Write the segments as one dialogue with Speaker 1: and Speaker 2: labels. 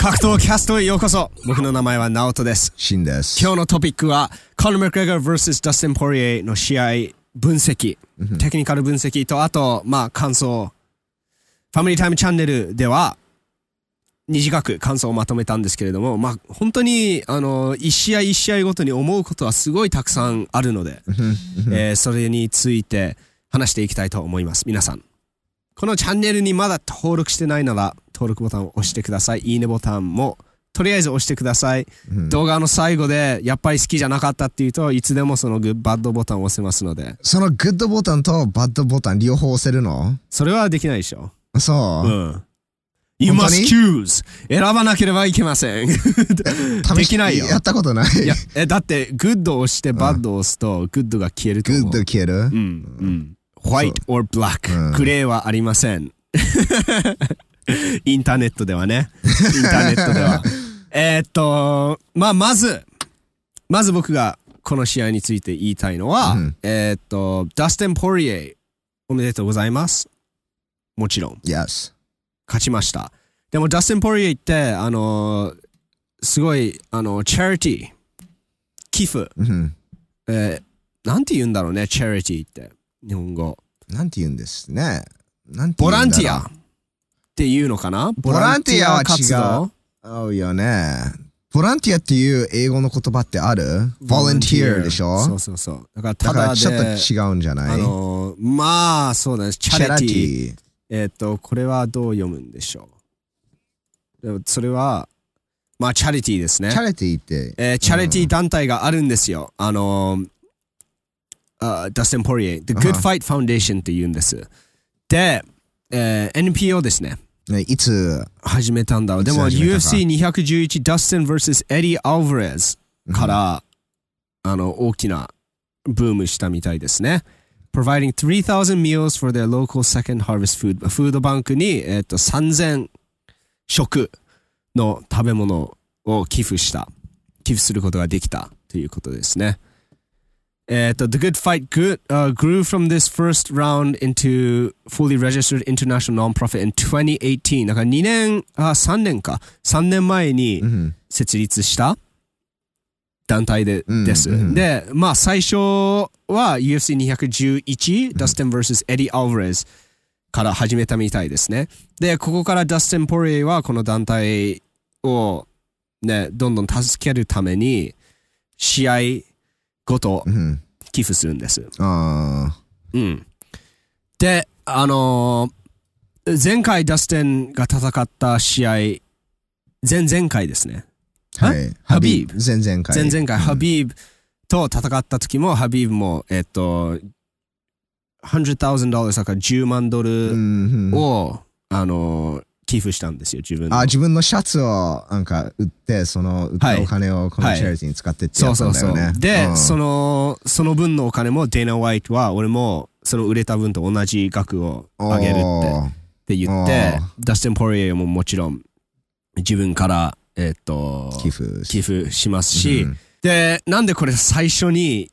Speaker 1: 格闘キャストへようこそ。僕の名前はナオトです。
Speaker 2: シンです。
Speaker 1: 今日のトピックはコナー・マクグレガー vs ダスティン・ポリエの試合分析、テクニカル分析と、あと感想。ファミリータイムチャンネルでは短く感想をまとめたんですけれども、本当に一試合一試合ごとに思うことはすごいたくさんあるので、それについて話していきたいと思います。皆さん、このチャンネルにまだ登録してないなら登録ボタンを押してください。いいねボタンもとりあえず押してください。動画の最後でやっぱり好きじゃなかったっていうと、いつでもそのバッドボタンを押せますので。
Speaker 2: そのグッドボタンとバッドボタン両方押せるの？
Speaker 1: それはできないでしょ。
Speaker 2: そう。
Speaker 1: You must choose. 選ばなければいけません。できないよ。
Speaker 2: やったことない。
Speaker 1: だってグッドを押してバッドを押すとグッドが消えると思う。
Speaker 2: グッド消える？
Speaker 1: White or black、グレーはありません。インターネットではね。インターネットでは。まず僕がこの試合について言いたいのは、ダスティン・ポリエ、おめでとうございます。もちろん。
Speaker 2: Yes。
Speaker 1: 勝ちました。でもダスティン・ポリエって、すごい、チャリティー、寄付。なんて言うんだろうね、チャリティーって。日本語。
Speaker 2: なんて言うんですね。
Speaker 1: ボランティアっていうのかな？
Speaker 2: ボランティアは違う。そうよね。ボランティアっていう英語の言葉ってある？ volunteer でしょ？
Speaker 1: そう。
Speaker 2: だからちょっと違うんじゃない？
Speaker 1: そうです。チャリティ。これはどう読むんでしょう？でもそれは、チャリティーですね。
Speaker 2: チャリティーって。
Speaker 1: チャリティー団体があるんですよ。ダスティン・ポリエ、The Good Fight Foundation って言うんです。で、NPO ですね。
Speaker 2: いつ
Speaker 1: 始めたんだろう。でも UFC211 ダスティン vs エディ・アルヴァレズから、大きなブームしたみたいですね。Providing 3,000 meals for their local second harvest food。フードバンクに、3,000 食の食べ物を寄付することができたということですね。The Good Fight grew from this first round into fully registered international non-profit in 2018. だから3年前に設立した団体です。で、最初は UFC211 ダスティン vs エディ・アルヴァレズから始めたみたいですね。で、ここからダスティン・ポリエはこの団体をね、どんどん助けるために試合ごと寄付するんです。で、前回ダスティンが戦った試合、前々回ですね。
Speaker 2: はい。ハビーブ。前々回。
Speaker 1: ハビーブと戦った時も、ハビーブも、$100,000 だから10万ドルを、寄付したんですよ、自分の。
Speaker 2: 自分のシャツを売って、その売ったお金をこのチャリティーに使ってってやったんだよね。
Speaker 1: で、その分のお金もデイナ・ホワイトは、俺もその売れた分と同じ額をあげるって言って、ダスティン・ポリエももちろん自分から寄付しますし、で、なんでこれ最初に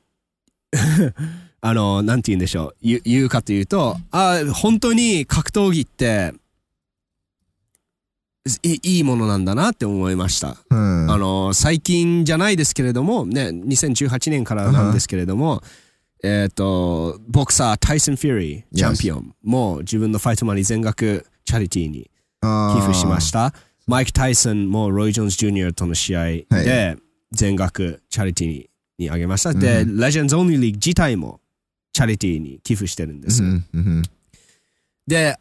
Speaker 1: なんて言うんでしょう、言うかというと、本当に格闘技っていいものなんだなって思いました。最近じゃないですけれども、ね、2018年からなんですけれども、ボクサー、タイソン・フューリー、チャンピオンも自分のファイトマネー全額チャリティーに寄付しました。マイク・タイソンもロイ・ジョーンズ・ジュニアとの試合で全額チャリティーにあげました。で、レジェンズ・オンリー・リーグ自体もチャリティーに寄付してるんです。で、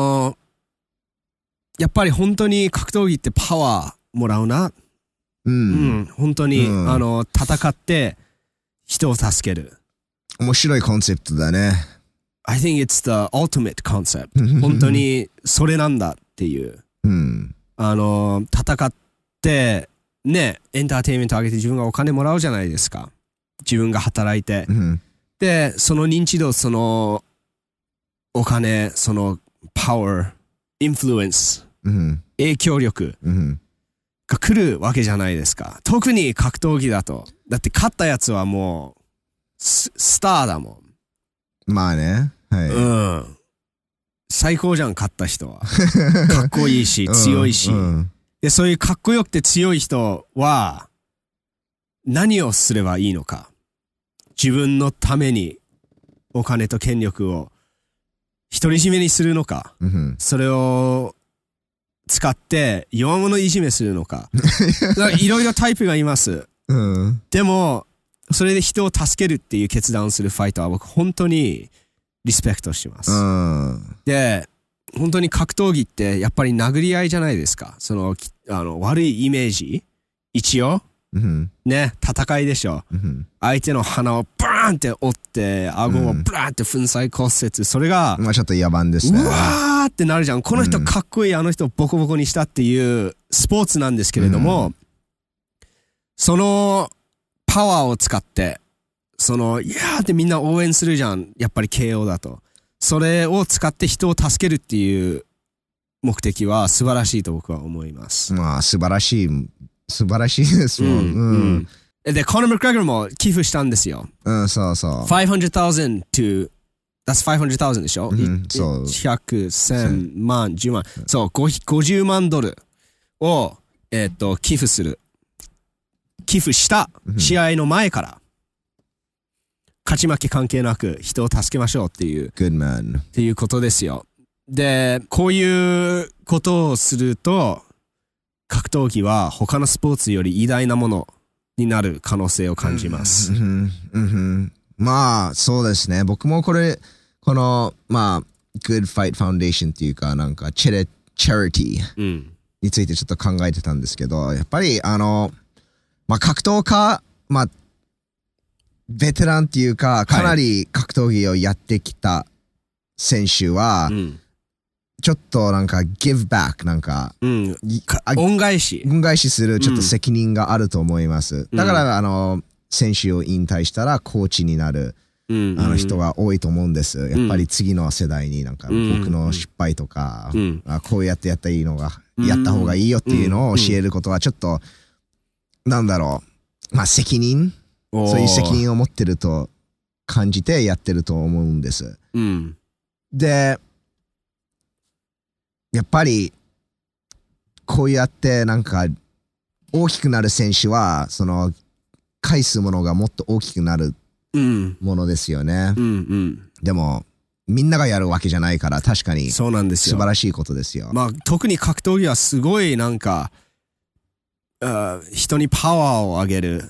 Speaker 1: やっぱり本当に格闘技ってパワーもらうな。本当に、戦って人を助ける。
Speaker 2: 面白いコンセプトだね。
Speaker 1: I think it's the ultimate concept. 本当にそれなんだっていう。戦ってね、エンターテインメント上げて自分がお金もらうじゃないですか。自分が働いて。で、その認知度、そのお金、そのパワー、インフルエンス、影響力が来るわけじゃないですか。特に格闘技だと。だって勝ったやつはもうスターだもん。
Speaker 2: まあね。
Speaker 1: 最高じゃん、勝った人は。かっこいいし、強いし。 で、そういうかっこよくて強い人は何をすればいいのか。自分のためにお金と権力を独り占めにするのか。それを使って弱者いじめするのか。いろいろタイプがいます。でも、それで人を助けるっていう決断をするファイターは僕本当にリスペクトしてます。で、本当に格闘技ってやっぱり殴り合いじゃないですか。悪いイメージ一応、ね、戦いでしょ。相手の鼻をバーンって折って、顎をバーンって粉砕骨折。それが、
Speaker 2: まあちょっと野蛮ですね。
Speaker 1: うわーってなるじゃん。この人かっこいい、あの人をボコボコにしたっていうスポーツなんですけれども、そのパワーを使って、いやーってみんな応援するじゃん。やっぱり KO だと。それを使って人を助けるっていう目的は素晴らしいと僕は思います。
Speaker 2: まあ素晴らしいですもん。
Speaker 1: で、コナー・マクグレガーも寄付したんですよ。
Speaker 2: そうそう。
Speaker 1: 500,000 to That's 500,000 でしょ、
Speaker 2: そう。
Speaker 1: 100、1000万、10万。そう、50万ドルを、寄付する。寄付した試合の前から、勝ち負け関係なく人を助けましょうっていう、っていうことですよ。で、こういうことをすると、格闘技は他のスポーツより偉大なものになる可能性を感じます。
Speaker 2: まあ、そうですね。僕もこの、まあ、Good Fight Foundation っていうか、なんか、チャリティーについてちょっと考えてたんですけど、やっぱり、まあ、格闘家、まあ、ベテランっていうか、かなり格闘技をやってきた選手は、ちょっとなんか、give back、なんか、
Speaker 1: 恩返し
Speaker 2: するちょっと責任があると思います。だから、選手を引退したらコーチになる、人が多いと思うんです。やっぱり次の世代になんか、僕の失敗とか、こうやってやったらいいのが、やった方がいいよっていうのを教えることはちょっと、なんだろう、まあ責任、そういう責任を持ってると感じてやってると思うんです。で、やっぱり、こうやってなんか、大きくなる選手は、返すものがもっと大きくなるものですよね。でも、みんながやるわけじゃないから、確かに素晴らしいことですよ。
Speaker 1: まあ、特に格闘技はすごいなんか、人にパワーをあげる、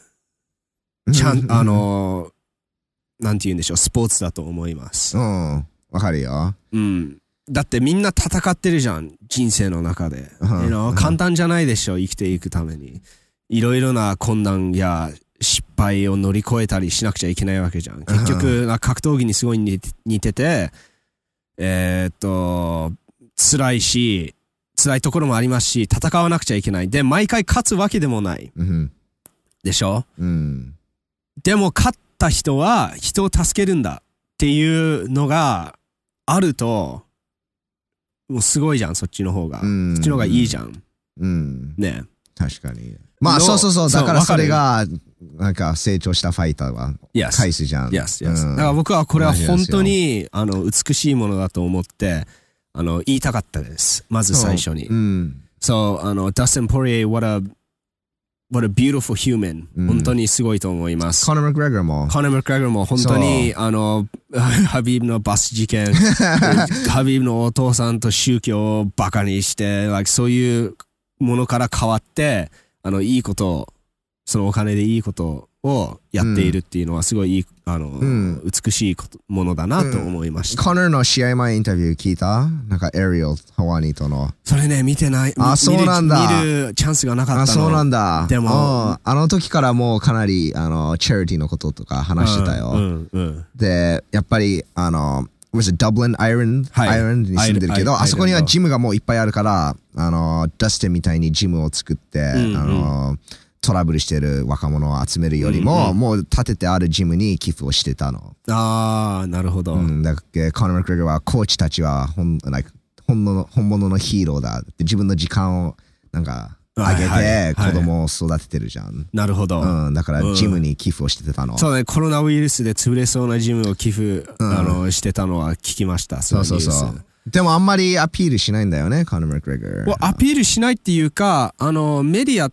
Speaker 1: なんて言うんでしょう、スポーツだと思います。
Speaker 2: わかるよ。
Speaker 1: だってみんな戦ってるじゃん、人生の中で。簡単じゃないでしょ、生きていくために。いろいろな困難や失敗を乗り越えたりしなくちゃいけないわけじゃん。結局、格闘技にすごい似てて、辛いところもありますし、戦わなくちゃいけない。で、毎回勝つわけでもない。でしょ？でも、勝った人は人を助けるんだっていうのがあると、もうすごいじゃん、そっちの方が。そっちの方がいいじゃん。ね。
Speaker 2: 確かに。まあ、そう。だからそれが、なんか成長したファイターは返すじゃん。
Speaker 1: だから僕はこれは本当に美しいものだと思って言いたかったです。まず最初に。Dustin Poirier, what a beautiful human. 本当にすごいと思います。
Speaker 2: コナー・マクグレガーも
Speaker 1: 本当にハビーブのバス事件、ハビーブのお父さんと宗教をバカにして、そういうものから変わって、いいことを、そのお金でいいことをやっているっていうのはすごいいい、美しいものだなと思いました。
Speaker 2: コナーの試合前インタビュー聞いた？なんかエリオ・ハワニとの。
Speaker 1: それね、見てない。
Speaker 2: そうなんだ。
Speaker 1: 見るチャンスがなかったの。
Speaker 2: そうなんだ。
Speaker 1: でも、
Speaker 2: あの時からもうかなり、チャリティのこととか話してたよ。で、やっぱり、ダブリン・アイランドに住んでるけど、あそこにはジムがもういっぱいあるから、ダスティンみたいにジムを作って、トラブルしてる若者を集めるよりも、もう建ててあるジムに寄付をしてたの。
Speaker 1: ああ、なるほど。
Speaker 2: だからコナー・マクグレガーはコーチたちは本物のヒーローだって自分の時間をなんかあげ
Speaker 1: はいはい
Speaker 2: て子供を育ててるじゃん。
Speaker 1: なるほど。
Speaker 2: うん、だからジムに寄付をしてたの。
Speaker 1: そうね、コロナウイルスで潰れそうなジムを寄付、してたのは聞きました。
Speaker 2: そうそうそう。でもあんまりアピールしないんだよね、コナー・マクレガー。
Speaker 1: アピールしないっていうか、メディアって、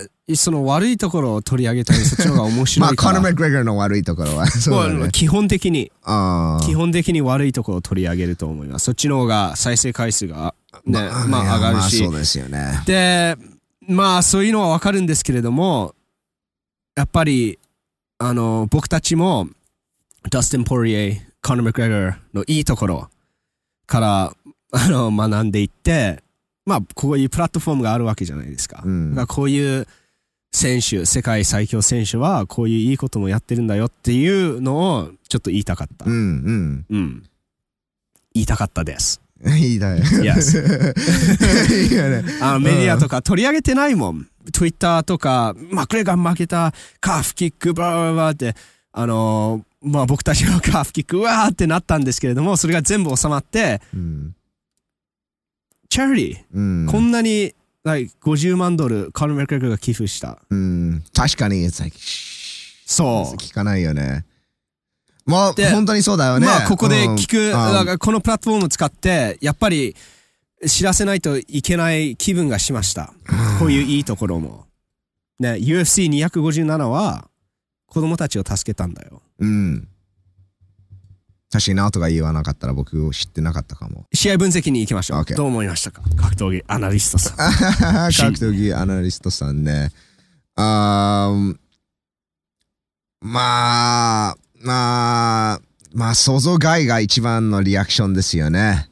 Speaker 1: その悪いところを取り上げたり、そっちの方が面白いから。
Speaker 2: まあ、コナー・マクレガーの悪いところは。そうだね、
Speaker 1: 基本的に悪いところを取り上げると思います。そっちの方が再生回数が、ね、上がるし。
Speaker 2: そうですよね。
Speaker 1: で、まあ、そういうのはわかるんですけれども、やっぱり、僕たちも、ダスティン・ポリエ、コナー・マクレガーのいいところから学んでいって、まあ、こういうプラットフォームがあるわけじゃないですか。だからこういう選手、世界最強選手はこういういいこともやってるんだよっていうのをちょっと言いたかった。言いたかったです。
Speaker 2: いいだよ。
Speaker 1: Yes. メディアとか取り上げてないもん。Twitter とか、マクレガー負けた、カーフキック、バーバーって、まあ僕たちのカーフキック、うわーってなったんですけれども、それが全部収まって、チャリティー、こんなに、50万ドル、コナー・マクレガーが寄付した。
Speaker 2: 確かに、
Speaker 1: そう。
Speaker 2: 聞かないよね。まあ、本当にそうだよね。
Speaker 1: まあ、ここで聞く、だからこのプラットフォームを使って、やっぱり知らせないといけない気分がしました。こういういいところも。ね、UFC257 は、子供たちを助けたんだよ。
Speaker 2: 確かにナオトが言わなかったら僕知ってなかったかも。
Speaker 1: 試合分析に行きましょう。どう思いましたか、格闘技アナリストさん。
Speaker 2: 格闘技アナリストさんね。まあ、想像外が一番のリアクションですよね。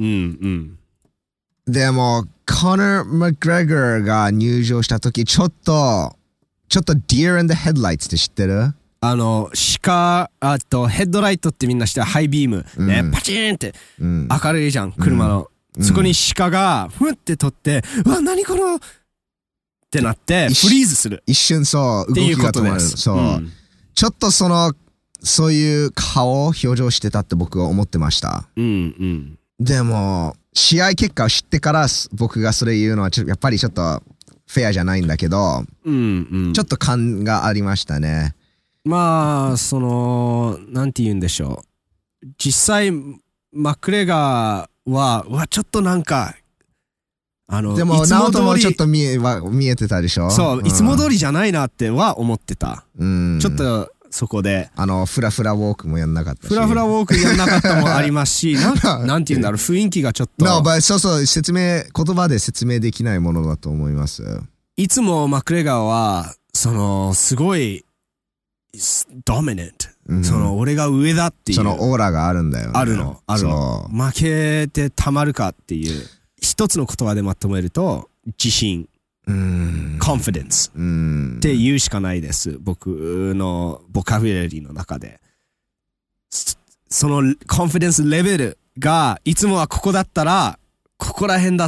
Speaker 2: でも、コナー・マクレガーが入場したとき、ちょっと Deer in the Headlights って知ってる？
Speaker 1: ヘッドライトってみんな知ってるハイビーム。ね、パチーンって、明るいじゃん、車の。そこに鹿が、ふって取って、うわ、何このってなって、フリーズする。
Speaker 2: 一瞬そう、動きが止まる。そう。ちょっとそういう表情してたって僕は思ってました。でも、試合結果を知ってから僕がそれ言うのはやっぱりちょっとフェアじゃないんだけど、ちょっと感がありましたね。
Speaker 1: まあ、なんて言うんでしょう。実際、マクレガーは、ちょっとなんか、
Speaker 2: でも、ナオトもちょっと見えてたでしょ？
Speaker 1: そう、いつも通りじゃないなっては思ってた。ちょっと、そこで。
Speaker 2: フラフラウォークもやんなかったし。
Speaker 1: フラフラウォークやんなかったもありますし、なんて言うんだろう、雰囲気がちょっと。
Speaker 2: そうそう、言葉で説明できないものだと思います。
Speaker 1: いつもマクレガーは、すごい、ドミネント。俺が上だっていう。
Speaker 2: そのオーラがあるんだよね。
Speaker 1: あるの。負けてたまるかっていう。一つの言葉でまとめると、自信。confidence って言うしかないです。僕のボカブラリーの中で。そのコンフィデンスレベルがいつもはここだったら、ここら辺だった。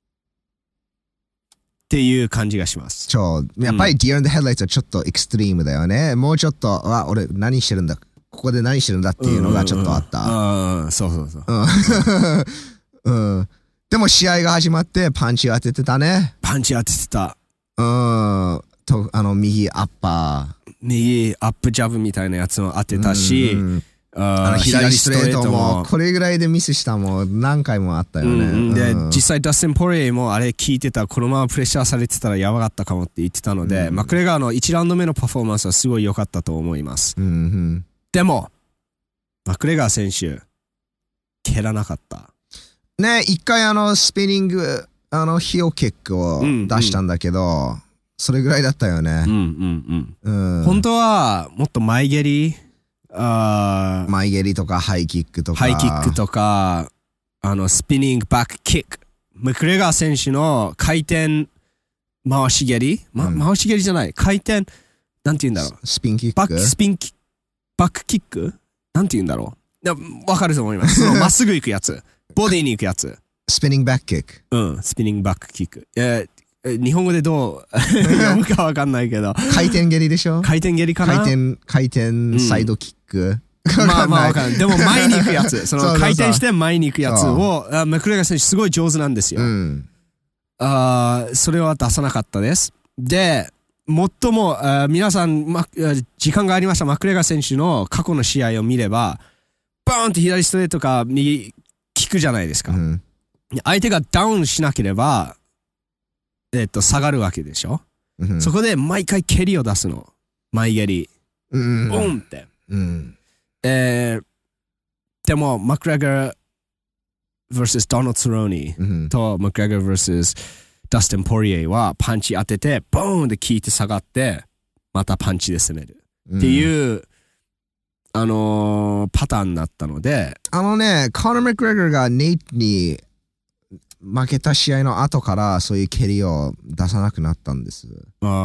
Speaker 1: っていう感じがします。
Speaker 2: やっぱり Deer in the Headlights はちょっとエクストリームだよね。もうちょっと、俺何してるんだ、ここで何してるんだっていうのがちょっとあった。
Speaker 1: そう。
Speaker 2: でも試合が始まってパンチ当ててたね。
Speaker 1: パンチ当ててた。
Speaker 2: 右アッパー。
Speaker 1: 右アップジャブみたいなやつも当てたし、
Speaker 2: 左ストレートもこれぐらいでミスしたも何回もあったよね。
Speaker 1: で、実際ダスティン・ポリエもあれ聞いてた、このままプレッシャーされてたらやばかったかもって言ってたので、マクレガーの1ラウンド目のパフォーマンスはすごい良かったと思います。でも、マクレガー選手、蹴らなかった。
Speaker 2: ね、一回スピニング、ヒールキックを出したんだけど、それぐらいだったよね。
Speaker 1: 本当は、もっと前蹴り
Speaker 2: 前蹴りとかハイキックとか、スピニングバックキック。マクレガー選手の回転回し蹴り、回し蹴りじゃない。回転、なんて言うんだろう。 スピンキック
Speaker 1: バックキックなんて言うんだろう。わかると思います。まっすぐ行くやつ。ボディに行くやつ。
Speaker 2: スピニングバックキック。
Speaker 1: スピニングバックキック。日本語でどう読むかわかんないけど。
Speaker 2: 回転蹴りでしょ？
Speaker 1: 回転蹴りかな？
Speaker 2: 回転サイドキック。
Speaker 1: まあわかんない。でも前に行くやつ。回転して前に行くやつを、マクレガー選手すごい上手なんですよ。 それは出さなかったです。で、最も皆さん、時間がありましたマクレガー選手の過去の試合を見れば、バーンって左ストレートか右効くじゃないですか。うん、相手がダウンしなければ、下がるわけでしょ。うん、そこで毎回蹴りを出すの。前蹴り。ボンって。うん、でも、マクレガー vs ドナルド・セロニーとマクレガー vs ダスティン・ポリエはパンチ当てて、ボーンって効いて下がって、またパンチで攻める。っていう、パターンだったので。
Speaker 2: コナー・マクレガーがネイトに負けた試合の後からそういう蹴りを出さなくなったんです。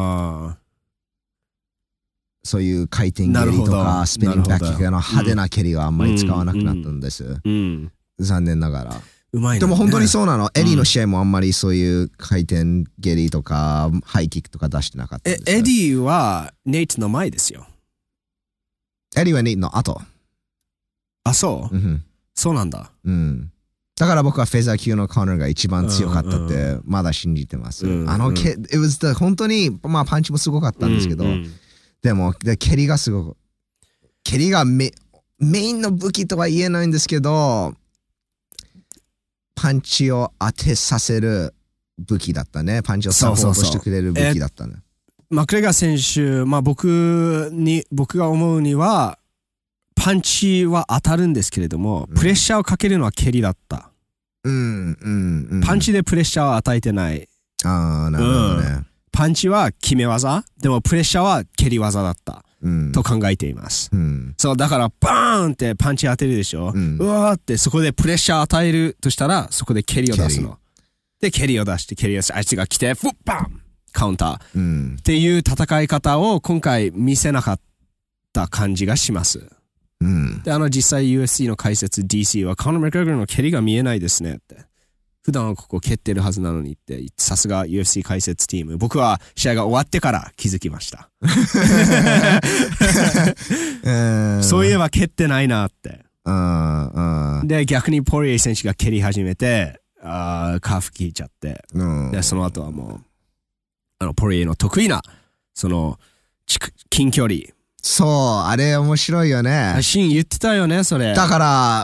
Speaker 2: そういう回転蹴りとかスピニングバックキックの派手な蹴りはあんまり使わなくなったんです。残念ながら。
Speaker 1: うまいね。
Speaker 2: でも本当にそうなの。エディの試合もあんまりそういう回転蹴りとかハイキックとか出してなかったんです。
Speaker 1: エディはネイトの前ですよ。
Speaker 2: エディはネイトの後。
Speaker 1: あ、そう、そうなんだ。
Speaker 2: だから僕はフェザー級のコナーが一番強かったってまだ信じてます。本当に、パンチもすごかったんですけど、でも蹴りがすごく、蹴りがメインの武器とは言えないんですけど、パンチを当てさせる武器だったね。パンチをサポートしてくれる武器だったね。
Speaker 1: マクレガー選手、僕が思うには、パンチは当たるんですけれども、プレッシャーをかけるのは蹴りだった。パンチでプレッシャーを与えてない。
Speaker 2: なるほどね。
Speaker 1: パンチは決め技、でもプレッシャーは蹴り技だった。と考えています。そう、だからバーンってパンチ当てるでしょ。うわーってそこでプレッシャー与えるとしたら、そこで蹴りを出すの。で、蹴りを出して、あいつが来て、フッバンカウンター、っていう戦い方を今回見せなかった感じがします。で、実際 UFC の解説 DC はコナー・マクレガーの蹴りが見えないですねって。普段はここ蹴ってるはずなのにって、さすが UFC 解説チーム。僕は試合が終わってから気づきました。そういえば蹴ってないなって。で、逆にポリエ選手が蹴り始めて、カーフ効いちゃって。で、その後はもう、ポリエの得意な、近距離。
Speaker 2: そう、あれ面白いよね。
Speaker 1: シーン言ってたよね、それ。
Speaker 2: だから、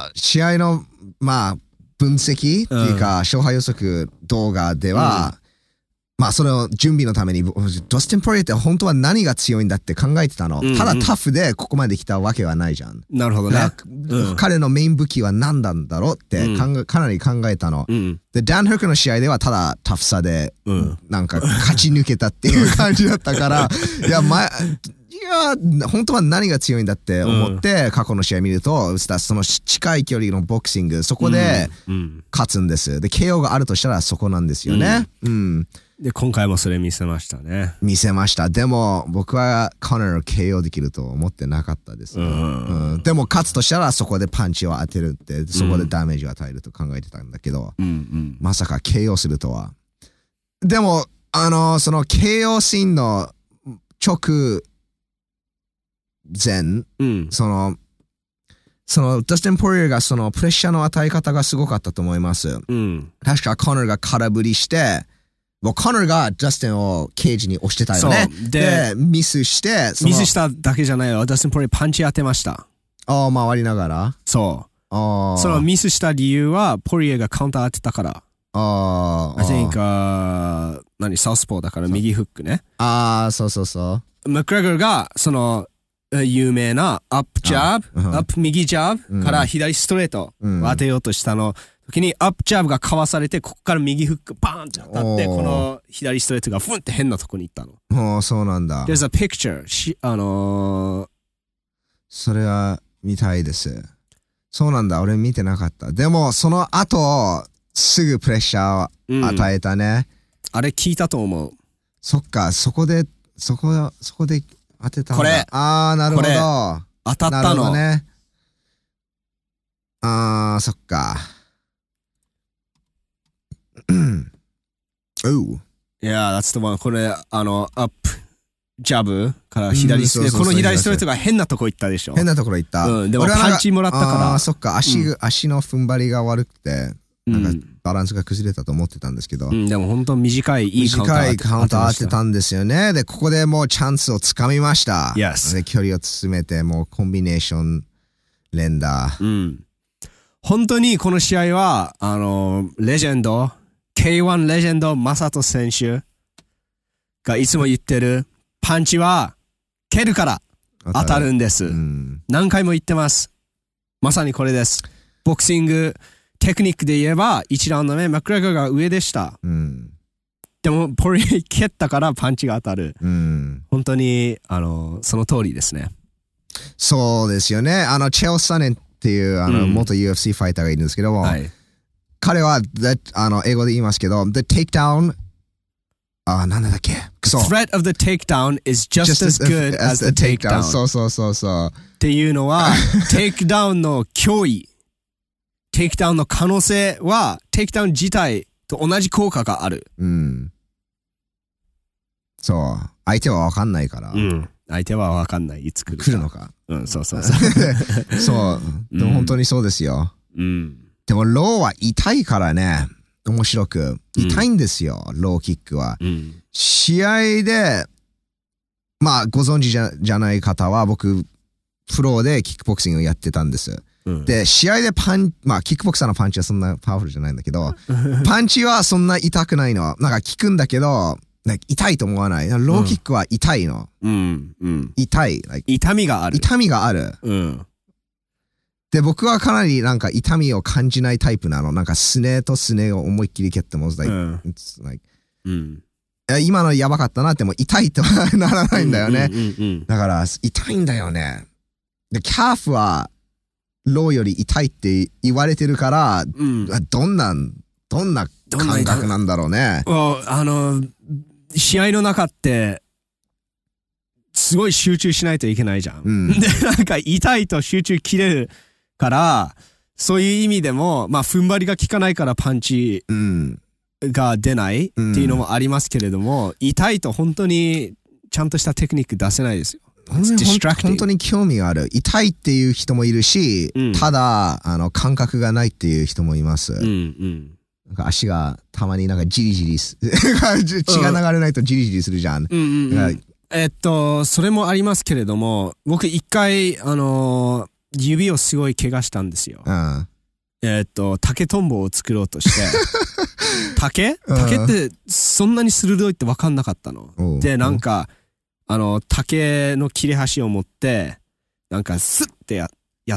Speaker 2: 試合の、分析っていうか、勝敗予測動画では、その準備のために、ドスティン・ポリエって本当は何が強いんだって考えてたの。ただタフでここまで来たわけはないじゃん。
Speaker 1: なるほどね。
Speaker 2: 彼のメイン武器は何なんだろうってかなり考えたの。で、ダン・フックの試合ではただタフさで、なんか勝ち抜けたっていう感じだったから、本当は何が強いんだって思って、過去の試合見ると、その近い距離のボクシング、そこで勝つんです。で、KO があるとしたらそこなんですよね。
Speaker 1: で、今回もそれ見せましたね。
Speaker 2: 見せました。でも、僕はコナーを KO できると思ってなかったです。でも、勝つとしたらそこでパンチを当てるって、そこでダメージを与えると考えてたんだけど、まさか KO するとは。でも、その KO シーンの直前、そのダスティン・ポリエがそのプレッシャーの与え方がすごかったと思います。確かコナーが空振りして、コナーがダスティンをケージに押してたよね。で、ミスして、
Speaker 1: ミスしただけじゃないよ。ダスティン・ポリエパンチ当てました。
Speaker 2: 回りながら。
Speaker 1: そう。そのミスした理由は、ポリエがカウンター当てたから。I think, サウスポーだから右フックね。
Speaker 2: そう。
Speaker 1: マクレガーが、有名なアップジャブ、アップ右ジャブから左ストレートを当てようとしたの時にアップジャブがかわされて、ここから右フックバーンって当たって、この左ストレートがフンって変なとこに行ったの。
Speaker 2: そうなんだ。
Speaker 1: There's a picture.
Speaker 2: それは見たいです。そうなんだ。俺見てなかった。でもその後すぐプレッシャーを与えたね。
Speaker 1: あれ聞いたと思う。
Speaker 2: そっか、そこで当てたんだ。
Speaker 1: これ。
Speaker 2: なるほど。
Speaker 1: 当たったの。
Speaker 2: ね。そっか。
Speaker 1: that's the one. これ、アップ、ジャブから左ストレート。この左ストレートが変なとこ行ったでしょ。
Speaker 2: 変なところ行った。
Speaker 1: でもパンチもらったから。
Speaker 2: そっか、足の踏ん張りが悪くて、なんかバランスが崩れたと思ってたんですけど、
Speaker 1: でも本当短いいいカウンター
Speaker 2: 短いカウンター当てたんですよね。で、ここでもうチャンスをつかみました。
Speaker 1: Yes.
Speaker 2: で、距離を詰めて、もうコンビネーション連打。
Speaker 1: 本当にこの試合は、レジェンド、K1 レジェンド、マサト選手がいつも言ってる、パンチは蹴るから当たるんです。何回も言ってます。まさにこれです。ボクシング、テクニックで言えば、1ラウンド目、マクレガーが上でした。でも、ポリエ蹴ったからパンチが当たる。本当に、その通りですね。
Speaker 2: そうですよね。チェオ・サネンっていう、元 UFC ファイターがいるんですけども、彼は、英語で言いますけど、The takedown、なんだっけ
Speaker 1: The threat of the takedown is just as good as the takedown.
Speaker 2: そう。
Speaker 1: っていうのは、テイクダウンの脅威、テイクダウンの可能性は、テイクダウン自体と同じ効果がある。
Speaker 2: そう。相手は分かんないから。
Speaker 1: 相手は分かんない。いつ来
Speaker 2: るのか。
Speaker 1: そう。
Speaker 2: そう。でも本当にそうですよ。でも、ローは痛いからね。面白く。痛いんですよ、ローキックは。試合で、まあ、ご存知じゃない方は、僕、プロでキックボクシングをやってたんです。で、試合でまあ、キックボクサーのパンチはそんなパワフルじゃないんだけど、パンチはそんな痛くないの。なんか効くんだけど、痛いと思わない。ローキックは痛いの。痛い。
Speaker 1: 痛みがある。
Speaker 2: 痛みがある。で、僕はかなりなんか痛みを感じないタイプなの。なんかすねとすねを思いっきり蹴っても、今のやばかったなっても痛いとはならないんだよね。だから痛いんだよね。で、キャーフはローより痛いって言われてるから、どんな感覚なんだろうね。
Speaker 1: 試合の中って、すごい集中しないといけないじゃん。で、なんか痛いと集中切れるから、そういう意味でも、まあ、踏ん張りが効かないからパンチが出ないっていうのもありますけれども、痛いと本当にちゃんとしたテクニック出せないですよ。
Speaker 2: 本当に興味がある。痛いっていう人もいるし、ただ、感覚がないっていう人もいます。なんか足がたまになんかジリジリ血が流れないとジリジリするじゃん。
Speaker 1: それもありますけれども、僕一回、指をすごい怪我したんですよ。竹とんぼを作ろうとして。竹ってそんなに鋭いって分かんなかったの。で、なんか、竹の切れ端を持って、なんかスッてやって、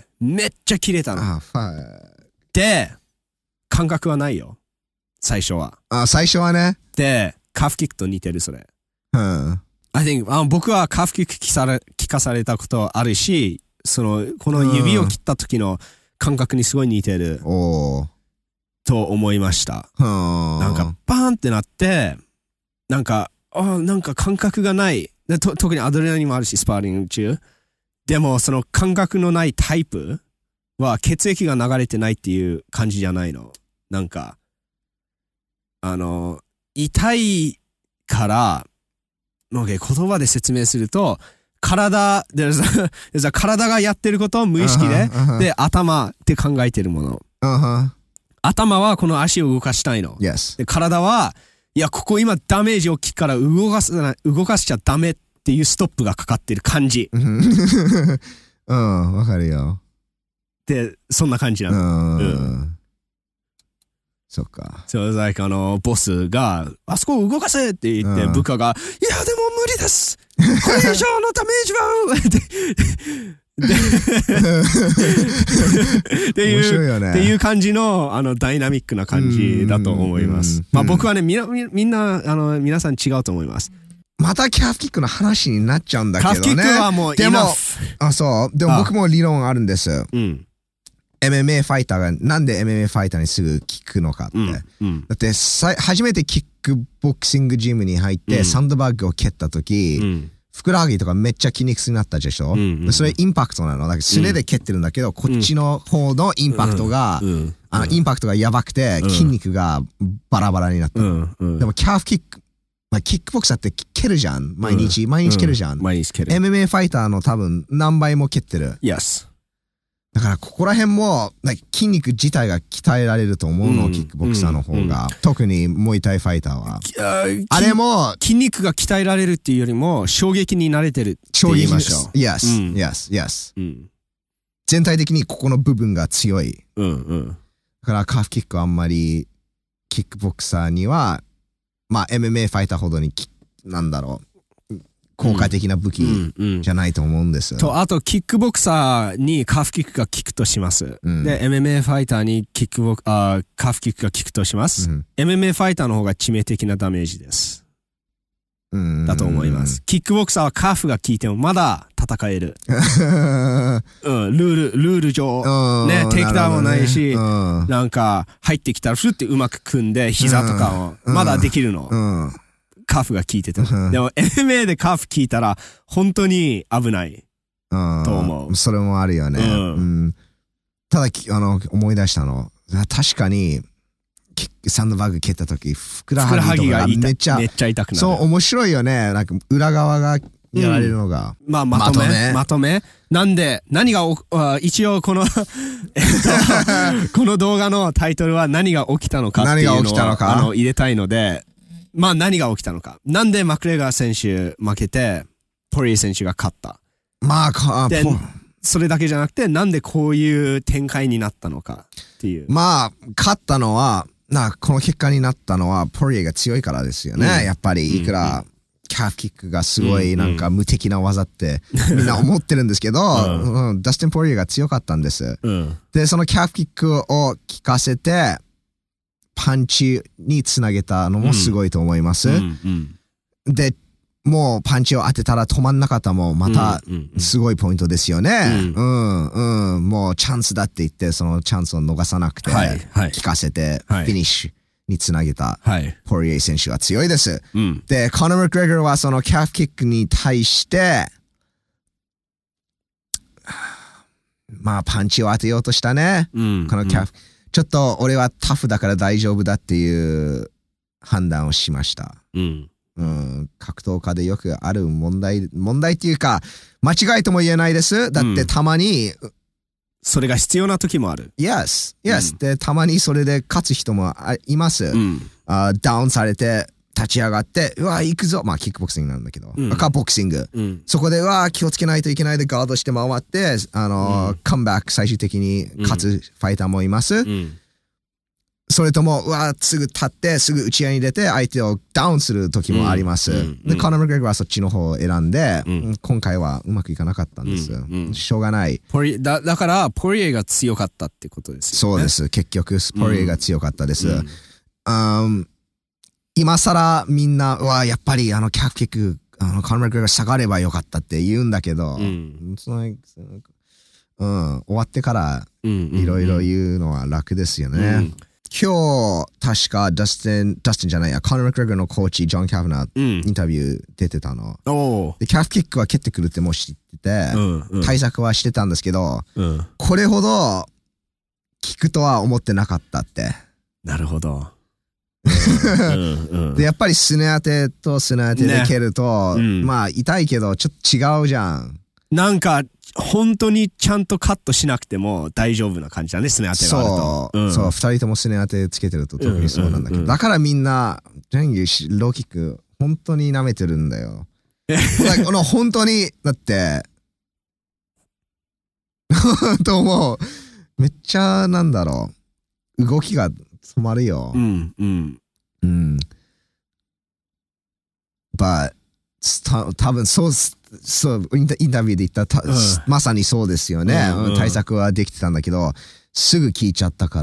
Speaker 1: めっちゃ切れたの。で、感覚はないよ。最初は。
Speaker 2: 最初はね。
Speaker 1: で、カーフキックと似てる、それ。I think, 僕はカーフキック聞かされたことあるし、この指を切った時の感覚にすごい似てる。と思いました。なんか、バーンってなって、なんか感覚がない。特にアドレナリンもあるし、スパーリング中。でも、その感覚のないタイプは血液が流れてないっていう感じじゃないの。なんか、痛いから、言葉で説明すると、体がやってることを無意識で、で、頭って考えてるもの。頭はこの足を動かしたいの。で、体は、いや、ここ今ダメージ大きいから動かしちゃダメっていうストップがかかってる感じ。
Speaker 2: わかるよ。
Speaker 1: で、そんな感じなの。
Speaker 2: そっか。
Speaker 1: そう、ボスが、あそこを動かせって言って、部下が、いや、でも無理ですこれ以上のダメージはっていう感じの、ダイナミックな感じだと思います。まあ僕はね、みんな、皆さん違うと思います。
Speaker 2: またキャーフキックの話になっちゃうんだけどね。
Speaker 1: キャーフキックはもう、
Speaker 2: でも、そう。でも僕も理論あるんです。MMA ファイターがなんで MMA ファイターにすぐ聞くのかって。だって初めてキックボクシングジムに入ってサンドバッグを蹴った時、ふくらはぎとかめっちゃ筋肉痛になったでしょ。それインパクトなの。だからすねで蹴ってるんだけど、こっちの方のインパクトが、インパクトがやばくて筋肉がバラバラになった。でもキャーフキック、キックボクサーって蹴るじゃん。毎日蹴るじゃん。
Speaker 1: 毎日蹴る。
Speaker 2: MMA ファイターの多分何倍も蹴ってる。
Speaker 1: Yes。
Speaker 2: だからここら辺も筋肉自体が鍛えられると思うの、キックボクサーの方が、特にモイタイファイターは。あれも
Speaker 1: 筋肉が鍛えられるっていうよりも衝撃に慣れてるって言いましょう。
Speaker 2: Yes、全体的にここの部分が強い。だからカーフキックはあんまりキックボクサーにはMMA ファイターほどになんだろう。効果的な武器じゃないと思うんです。
Speaker 1: あと、キックボクサーにカーフキックが効くとします。で、MMA ファイターにカーフキックが効くとします。MMA ファイターの方が致命的なダメージです。だと思います。キックボクサーはカーフが効いてもまだ戦える。ルール上、ね、テイクダウンもないし、なんか入ってきたらふってうまく組んで膝とかをまだできるの。カーフが効いてても。でも MMA でカーフ効いたら本当に危ないと思う。
Speaker 2: それもあるよね。ただ思い出したの。確かにサンドバッグ蹴った時ふくらはぎがめっちゃ痛くなる。そう面白いよね。なんか裏側がやられるのが。
Speaker 1: まとめ。なんで何が一応このこの動画のタイトルは何が起きたのかっていうのを入れたいので。何が起きたのか。なんでマクレガー選手負けて、ポリエ選手が勝った。で、それだけじゃなくて、なんでこういう展開になったのかっていう。
Speaker 2: 勝ったのは、この結果になったのは、ポリエが強いからですよね。やっぱり、いくら、キャーフキックがすごいなんか無敵な技ってみんな思ってるんですけど、ダスティン・ポリエが強かったんです。で、そのキャーフキックを効かせて、パンチにつなげたのもすごいと思います。で、もうパンチを当てたら止まんなかったもまたすごいポイントですよね。もうチャンスだって言って、そのチャンスを逃さなくて、効かせて、フィニッシュにつなげたポリエ選手は強いです。で、コナー・マクレガーはそのキャーフキックに対して、パンチを当てようとしたね。このキャーフちょっと俺はタフだから大丈夫だっていう判断をしました。格闘家でよくある問題っていうか、間違いとも言えないです。だってたまに、
Speaker 1: それが必要な時もある。
Speaker 2: Yes。で、たまにそれで勝つ人もいます。ダウンされて、立ち上がって、うわ、行くぞ。キックボクシングなんだけど。ボクシング。そこで、うわ、気をつけないといけないでガードして回って、カムバック最終的に勝つファイターもいます。それとも、うわ、すぐ立って、すぐ打ち合いに出て、相手をダウンする時もあります。で、コナー・マクレガーはそっちの方を選んで、今回はうまくいかなかったんです。しょうがない。
Speaker 1: だから、ポリエが強かったってことですよね。
Speaker 2: そうです。結局、ポリエが強かったです。今更みんなはやっぱりキャーフキックコナー・マクレガーが下がればよかったって言うんだけど、終わってからいろいろ言うのは楽ですよね。今日確かダスティンじゃないや、コナー・マクレガーのコーチジョン・キャブナーインタビュー出てたの。でキャーフキックは蹴ってくるってもう知ってて、対策はしてたんですけど、これほど効くとは思ってなかったって。
Speaker 1: なるほど。
Speaker 2: でやっぱりスネ当てとスネ当てで蹴ると、痛いけどちょっと違うじゃん。
Speaker 1: なんか本当にちゃんとカットしなくても大丈夫な感じだね、スネ当てがあると。そう、
Speaker 2: 二人ともスネ当てつけてると特にそうなんだけど、だからみんなローキック本当に舐めてるんだよ。本当にだってと思う。めっちゃなんだろう、動きが止まるよ。多分そうインタビューで言ったまさにそうですよね。対策はできてたんだけどすぐ聞いちゃったから。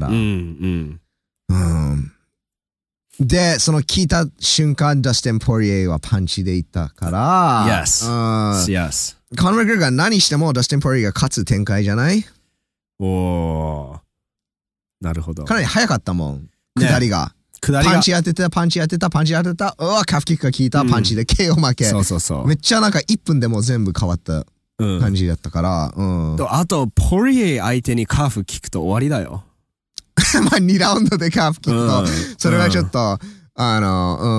Speaker 2: でその聞いた瞬間ダスティン・ポリエはパンチでいったから、
Speaker 1: Yes.
Speaker 2: コナー・マクレガーが何してもダスティン・ポリエが勝つ展開じゃない？
Speaker 1: なるほど。
Speaker 2: かなり早かったもん、下りが。パンチ当てた、うわ、カフキックが効いた、パンチで KO 負け。めっちゃなんか1分でも全部変わった感じだったから。
Speaker 1: あと、ポリエ相手にカーフ効くと終わりだよ。
Speaker 2: 2ラウンドでカーフ効くと、それはちょっと、あ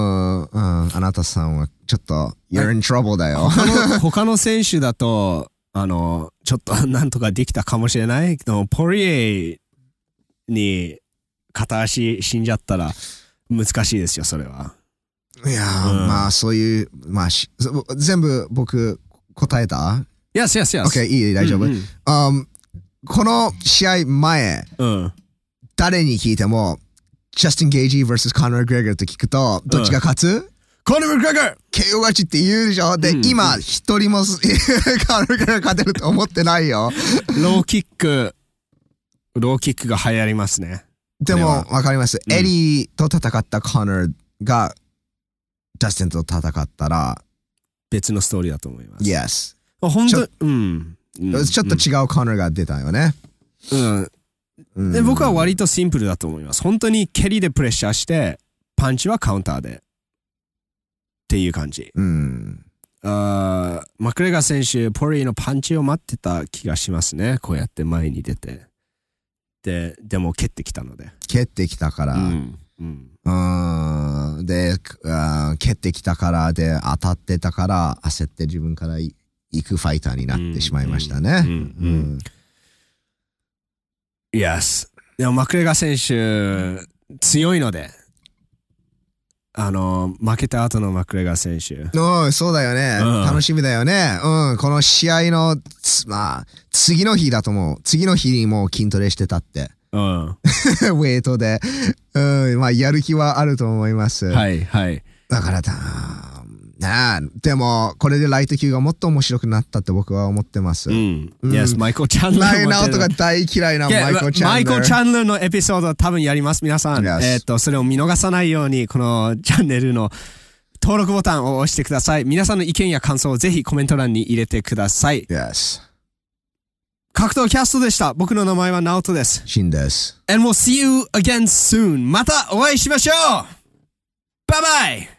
Speaker 2: なたさんはちょっと、You're in trouble だよ。
Speaker 1: 他の選手だと、 ちょっとなんとかできたかもしれないけど、ポリエに片足死んじゃったら難しいですよ、それは。
Speaker 2: いやー、まあそういう、まあ全部僕答えた？
Speaker 1: Yes, yes, yes.
Speaker 2: OK、いい、大丈夫。この試合前、誰に聞いても、ジャスティン・ゲイジー vs コナー・マクグレガーって聞くと、どっちが勝つ？
Speaker 1: コナー・マクグレガー
Speaker 2: KO 勝ちって言うでしょ。で、今、一人もコナー・マクグレガー勝てると思ってないよ。
Speaker 1: ローキックが流行りますね。
Speaker 2: でも、わかります。エリーと戦ったコナーが、ジャスティンと戦ったら、
Speaker 1: 別のストーリーだと思います。
Speaker 2: Yes。
Speaker 1: 本当、
Speaker 2: ちょっと違うコナーが出たよね。
Speaker 1: で、僕は割とシンプルだと思います。本当に蹴りでプレッシャーして、パンチはカウンターで。っていう感じ。マクレガー選手、ポリーのパンチを待ってた気がしますね。こうやって前に出て。でも蹴ってきたので。
Speaker 2: 蹴ってきたから。で、蹴ってきたからで当たってたから焦って自分から行くファイターになってしまいましたね。
Speaker 1: Yes。でもマクレガー選手強いので、負けた後のマクレガー選手。
Speaker 2: そうだよね。楽しみだよね。この試合の次の日だと思う。次の日にもう筋トレしてたって。ウェイトで、まあやる気はあると思います。
Speaker 1: はいはい。
Speaker 2: だからでもこれでライト級がもっと面白くなったって僕は思ってます。
Speaker 1: Yes、マイコ・チャンラー。
Speaker 2: ナオトが大嫌いなマイコ・チャンラー。
Speaker 1: マイコ・チャンラーのエピソード多分やります。皆さん、それを見逃さないようにこのチャンネルの登録ボタンを押してください。皆さんの意見や感想をぜひコメント欄に入れてください。
Speaker 2: Yes。
Speaker 1: 格闘キャストでした。僕の名前はナオトです。
Speaker 2: シンです。
Speaker 1: And we'll see you again soon. またお会いしましょう。バイバイ。